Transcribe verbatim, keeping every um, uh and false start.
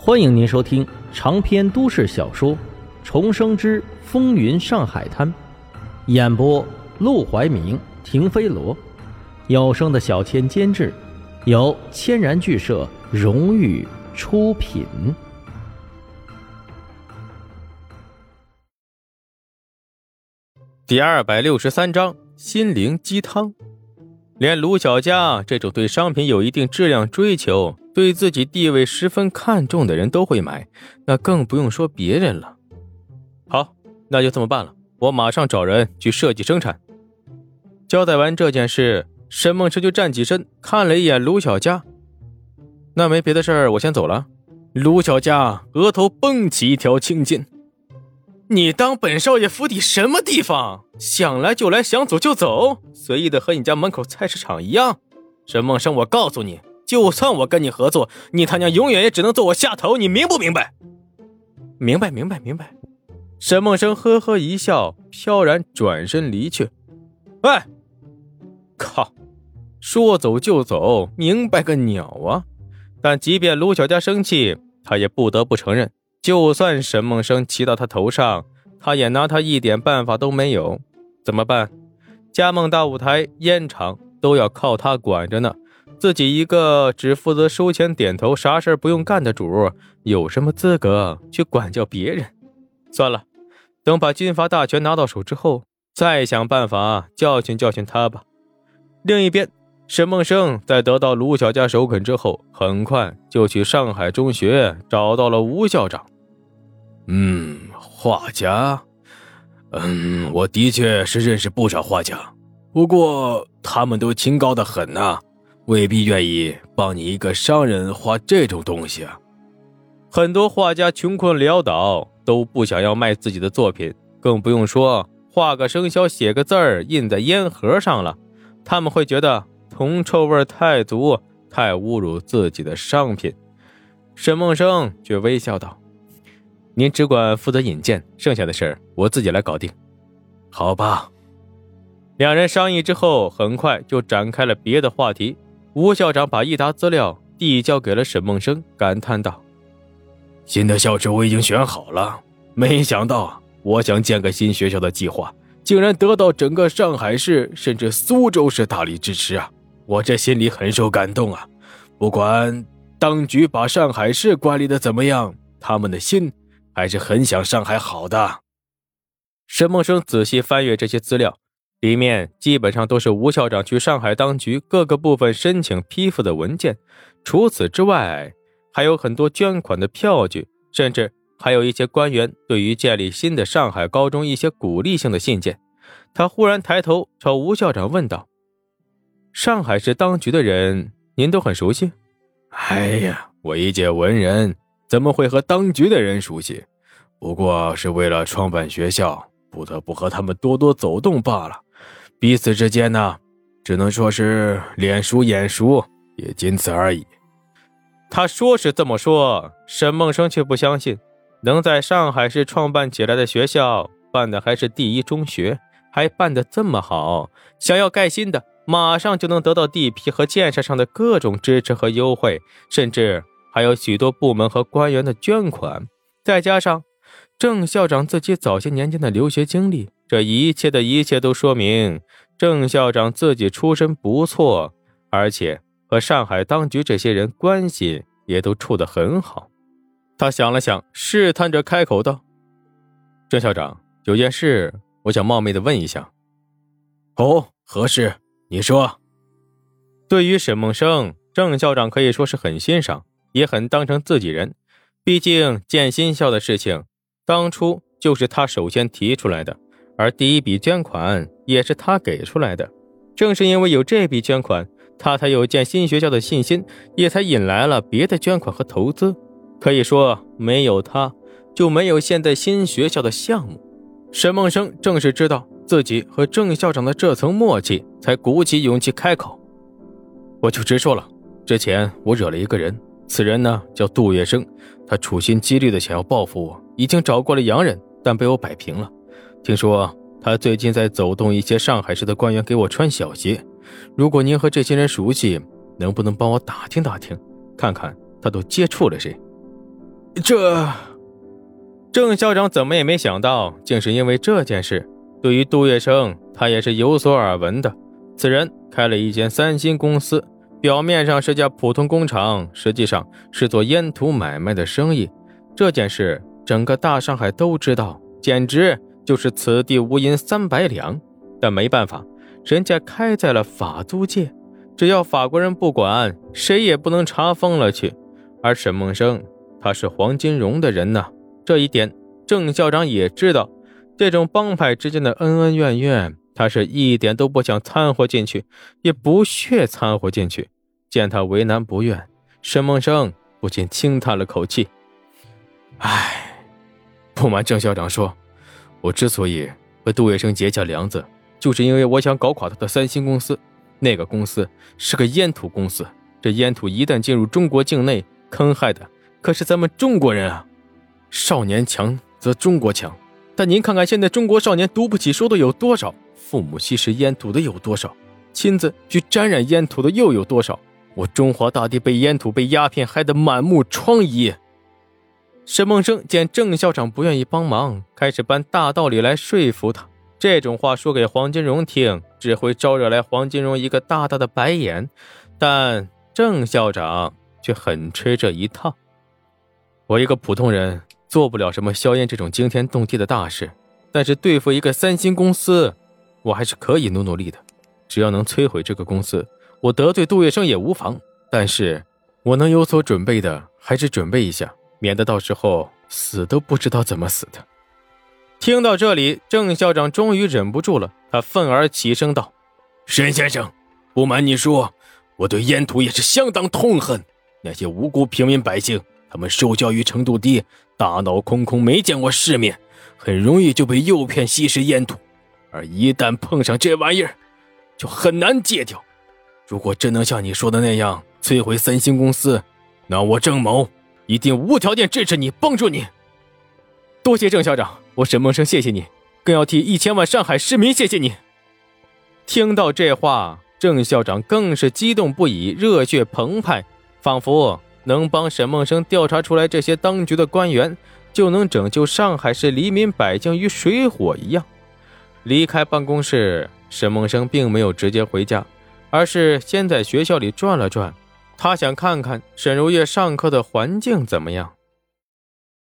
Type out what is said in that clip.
欢迎您收听长篇都市小说《重生之风云上海滩》，演播陆怀明、停飞罗，有声的小千监制，由千然剧社荣誉出品。 第二百六十三章心灵鸡汤。连卢小佳这种对商品有一定质量追求，对自己地位十分看重的人都会买，那更不用说别人了。好，那就这么办了，我马上找人去设计生产。交代完这件事，沈梦辰就站起身看了一眼卢小佳。那没别的事儿，我先走了。卢小佳额头蹦起一条青筋。你当本少爷府邸什么地方？想来就来，想走就走，随意的和你家门口菜市场一样。沈梦生，我告诉你，就算我跟你合作，你他娘永远也只能做我下头，你明不明白？明白明白明白。沈梦生呵呵一笑，飘然转身离去。喂，靠，说走就走，明白个鸟啊！但即便卢小佳生气，他也不得不承认，就算沈梦生骑到他头上，他也拿他一点办法都没有。怎么办？嘉梦大舞台、烟厂都要靠他管着呢，自己一个只负责收钱点头，啥事不用干的主，有什么资格去管教别人？算了，等把军阀大权拿到手之后，再想办法教训教训他吧。另一边，沈梦生在得到卢小佳首肯之后，很快就去上海中学找到了吴校长。 嗯，画家，嗯，我的确是认识不少画家，不过他们都清高得很啊，未必愿意帮你一个商人画这种东西啊。 很多画家穷困潦倒，都不想要卖自己的作品，更不用说画个生肖写个字儿印在烟盒上了，他们会觉得铜臭味太足，太侮辱自己的商品。沈梦生却微笑道，您只管负责引荐，剩下的事儿我自己来搞定。 好吧。 两人商议之后，很快就展开了别的话题。吴校长把一沓资料递交给了沈梦生，感叹道， 新的校址我已经选好了，没想到我想建个新学校的计划竟然得到整个上海市甚至苏州市大力支持啊，我这心里很受感动啊。不管当局把上海市管理的怎么样，他们的心还是很想上海好的。 沈梦生仔细翻阅这些资料，里面基本上都是吴校长去上海当局各个部分申请批复的文件，除此之外还有很多捐款的票据，甚至还有一些官员对于建立新的上海高中一些鼓励性的信件。他忽然抬头朝吴校长问道，上海市当局的人您都很熟悉？ 哎呀，我一介文人怎么会和当局的人熟悉？不过是为了创办学校，不得不和他们多多走动罢了。彼此之间呢，只能说是脸熟眼熟，也仅此而已。 他说是这么说，沈梦生却不相信，能在上海市创办起来的学校，办的还是第一中学，还办得这么好，想要盖新的，马上就能得到地皮和建设上的各种支持和优惠，甚至还有许多部门和官员的捐款，再加上郑校长自己早些年间的留学经历，这一切的一切都说明郑校长自己出身不错，而且和上海当局这些人关系也都处得很好。他想了想，试探着开口道，郑校长，有件事我想冒昧的问一下。 哦，何事？你说。 对于沈梦生，郑校长可以说是很欣赏，也很当成自己人。毕竟建新校的事情当初就是他首先提出来的，而第一笔捐款也是他给出来的。正是因为有这笔捐款，他才有建新学校的信心，也才引来了别的捐款和投资。可以说没有他，就没有现在新学校的项目。沈梦生正是知道自己和郑校长的这层默契，才鼓起勇气开口。我就直说了，之前我惹了一个人，此人呢叫杜月笙，他处心积虑的想要报复我，已经找过了洋人，但被我摆平了。听说他最近在走动一些上海市的官员给我穿小鞋，如果您和这些人熟悉，能不能帮我打听打听，看看他都接触了谁？ 这…… 郑校长怎么也没想到，竟是因为这件事，对于杜月笙，他也是有所耳闻的。此人开了一间三星公司，表面上是家普通工厂，实际上是做烟土买卖的生意。这件事整个大上海都知道，简直就是此地无银三百两。但没办法，人家开在了法租界，只要法国人不管，谁也不能查封了去。而沈梦生他是黄金荣的人呢，这一点郑校长也知道。这种帮派之间的恩恩怨怨，他是一点都不想掺和进去，也不屑掺和进去。见他为难不愿，沈梦生不禁轻叹了口气。 唉，不瞒郑校长说，我之所以和杜月笙结下梁子，就是因为我想搞垮他的三星公司。那个公司是个烟土公司，这烟土一旦进入中国境内，坑害的可是咱们中国人啊。少年强则中国强，但您看看现在中国少年读不起书的有多少，父母吸食烟土的有多少，亲自去沾染烟土的又有多少，我中华大地被烟土被鸦片害得满目疮痍。沈梦生见郑校长不愿意帮忙，开始搬大道理来说服他。这种话说给黄金荣听，只会招惹来黄金荣一个大大的白眼，但郑校长却很吃这一套。我一个普通人做不了什么硝烟这种惊天动地的大事，但是对付一个三星公司，我还是可以努努力的。只要能摧毁这个公司，我得罪杜月笙也无妨，但是我能有所准备的还是准备一下，免得到时候死都不知道怎么死的。 听到这里，郑校长终于忍不住了，他愤而起声道： 沈先生，不瞒你说，我对烟土也是相当痛恨。那些无辜平民百姓，他们受教育程度低，大脑空空，没见过世面，很容易就被诱骗吸食烟土，而一旦碰上这玩意儿，就很难戒掉。如果真能像你说的那样摧毁三星公司，那我郑某一定无条件支持你，帮助你。 多谢郑校长，我沈梦生谢谢你，更要替一千万上海市民谢谢你。听到这话，郑校长更是激动不已，热血澎湃，仿佛能帮沈梦生调查出来这些当局的官员，就能拯救上海市黎民百姓于水火一样。离开办公室，沈梦生并没有直接回家，而是先在学校里转了转，他想看看沈如月上课的环境怎么样。